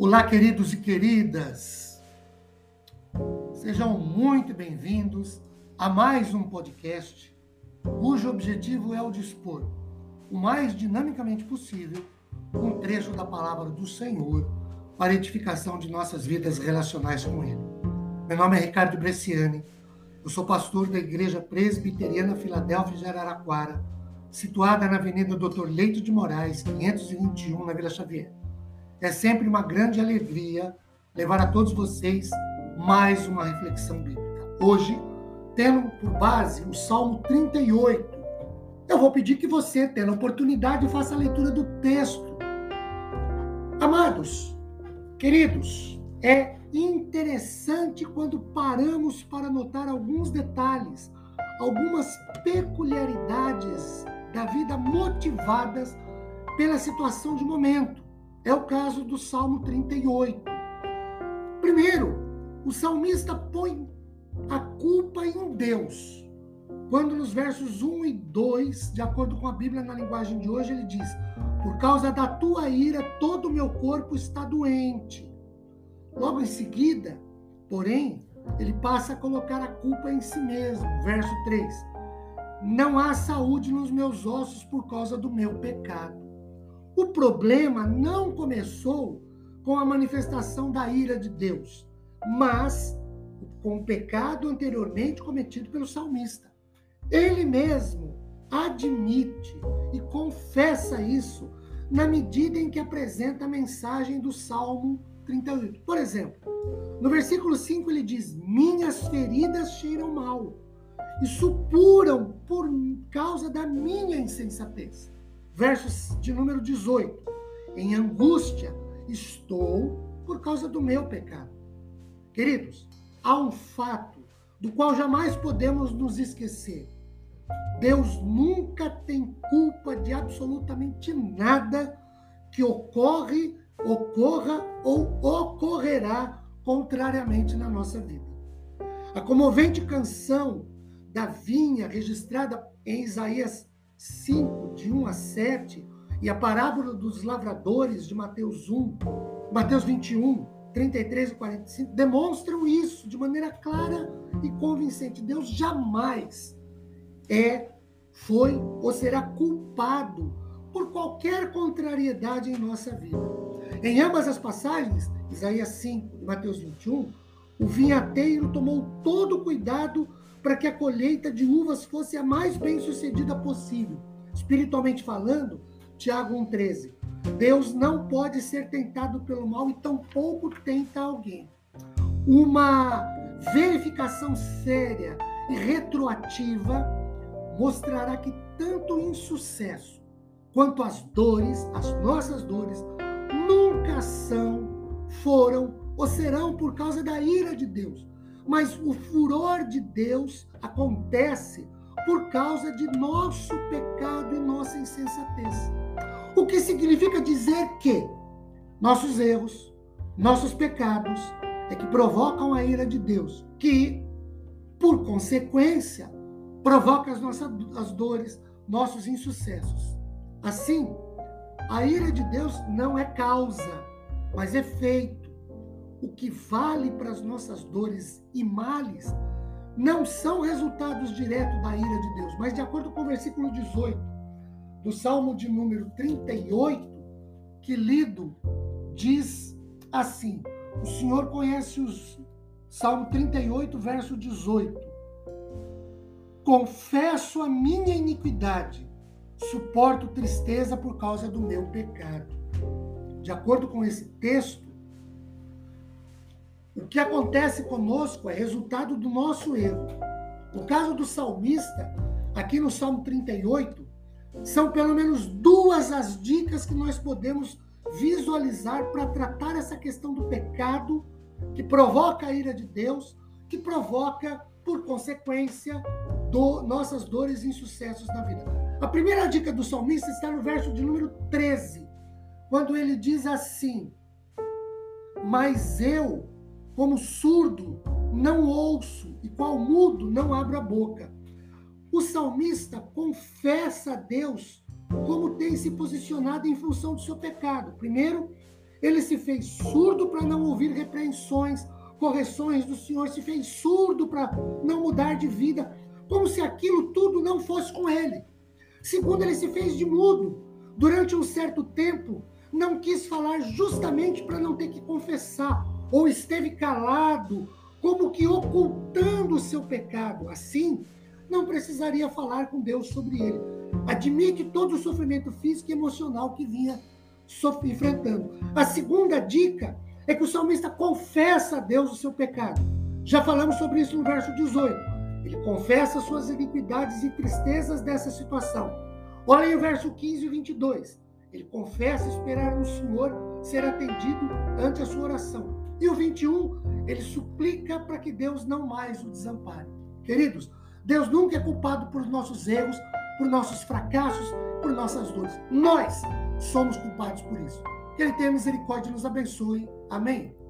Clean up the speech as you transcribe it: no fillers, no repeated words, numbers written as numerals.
Olá, queridos e queridas, sejam muito bem-vindos a mais um podcast, cujo objetivo é o dispor o mais dinamicamente possível um trecho da palavra do Senhor para a edificação de nossas vidas relacionais com Ele. Meu nome é Ricardo Bresciani, eu sou pastor da Igreja Presbiteriana Filadélfia de Araraquara, situada na Avenida Dr. Leito de Moraes, 521, na Vila Xavier. É sempre uma grande alegria levar a todos vocês mais uma reflexão bíblica. Hoje, tendo por base o Salmo 38, eu vou pedir que você, tendo a oportunidade, faça a leitura do texto. Amados, queridos, é interessante quando paramos para notar alguns detalhes, algumas peculiaridades da vida motivadas pela situação de momento. É o caso do Salmo 38. Primeiro, o salmista põe a culpa em Deus. Quando nos versos 1 e 2, de acordo com a Bíblia na linguagem de hoje, ele diz: por causa da tua ira, todo o meu corpo está doente. Logo em seguida, porém, ele passa a colocar a culpa em si mesmo. Verso 3. Não há saúde nos meus ossos por causa do meu pecado. O problema não começou com a manifestação da ira de Deus, mas com o pecado anteriormente cometido pelo salmista. Ele mesmo admite e confessa isso na medida em que apresenta a mensagem do Salmo 38. Por exemplo, no versículo 5 ele diz: minhas feridas cheiram mal e supuram por causa da minha insensatez. Versos de número 18. Em angústia estou por causa do meu pecado. Queridos, há um fato do qual jamais podemos nos esquecer. Deus nunca tem culpa de absolutamente nada que ocorra ou ocorrerá contrariamente na nossa vida. A comovente canção da vinha, registrada em Isaías 5, de 1 a 7, e a parábola dos lavradores de Mateus 21, 33 e 45, demonstram isso de maneira clara e convincente. Deus jamais foi ou será culpado por qualquer contrariedade em nossa vida. Em ambas as passagens, Isaías 5 e Mateus 21, o vinhateiro tomou todo o cuidado para que a colheita de uvas fosse a mais bem-sucedida possível. Espiritualmente falando, Tiago 1,13. Deus não pode ser tentado pelo mal e tampouco tenta alguém. Uma verificação séria e retroativa mostrará que tanto o insucesso quanto as dores, as nossas dores, nunca foram ou serão por causa da ira de Deus. Mas o furor de Deus acontece por causa de nosso pecado e nossa insensatez. O que significa dizer que nossos erros, nossos pecados, é que provocam a ira de Deus, que, por consequência, provoca as dores, nossos insucessos. Assim, a ira de Deus não é causa, mas efeito. O que vale para as nossas dores e males não são resultados diretos da ira de Deus, mas de acordo com o versículo 18 do Salmo de número 38, que lido, diz assim: o Senhor conhece os Salmo 38, verso 18. Confesso a minha iniquidade, suporto tristeza por causa do meu pecado. De acordo com esse texto, o que acontece conosco é resultado do nosso erro. No caso do salmista, aqui no Salmo 38, são pelo menos duas as dicas que nós podemos visualizar para tratar essa questão do pecado que provoca a ira de Deus, que provoca, por consequência, nossas dores e insucessos na vida. A primeira dica do salmista está no verso de número 13, quando ele diz assim: mas eu, como surdo, não ouço, e qual mudo, não abro a boca. O salmista confessa a Deus como tem se posicionado em função do seu pecado. Primeiro, Ele se fez surdo para não ouvir repreensões, correções do Senhor, se fez surdo para não mudar de vida, como se aquilo tudo não fosse com ele. Segundo, ele se fez de mudo. Durante um certo tempo, não quis falar justamente para não ter que confessar, ou esteve calado, como que ocultando o seu pecado. Assim, não precisaria falar com Deus sobre ele. Admite todo o sofrimento físico e emocional que vinha enfrentando. A segunda dica é que o salmista confessa a Deus o seu pecado. Já falamos sobre isso no verso 18. Ele confessa suas iniquidades e tristezas dessa situação. Olhem o verso 15 e 22. Ele confessa esperar no Senhor ser atendido ante a sua oração. E o 21, ele suplica para que Deus não mais o desampare. Queridos, Deus nunca é culpado por nossos erros, por nossos fracassos, por nossas dores. Nós somos culpados por isso. Que Ele tenha misericórdia e nos abençoe. Amém?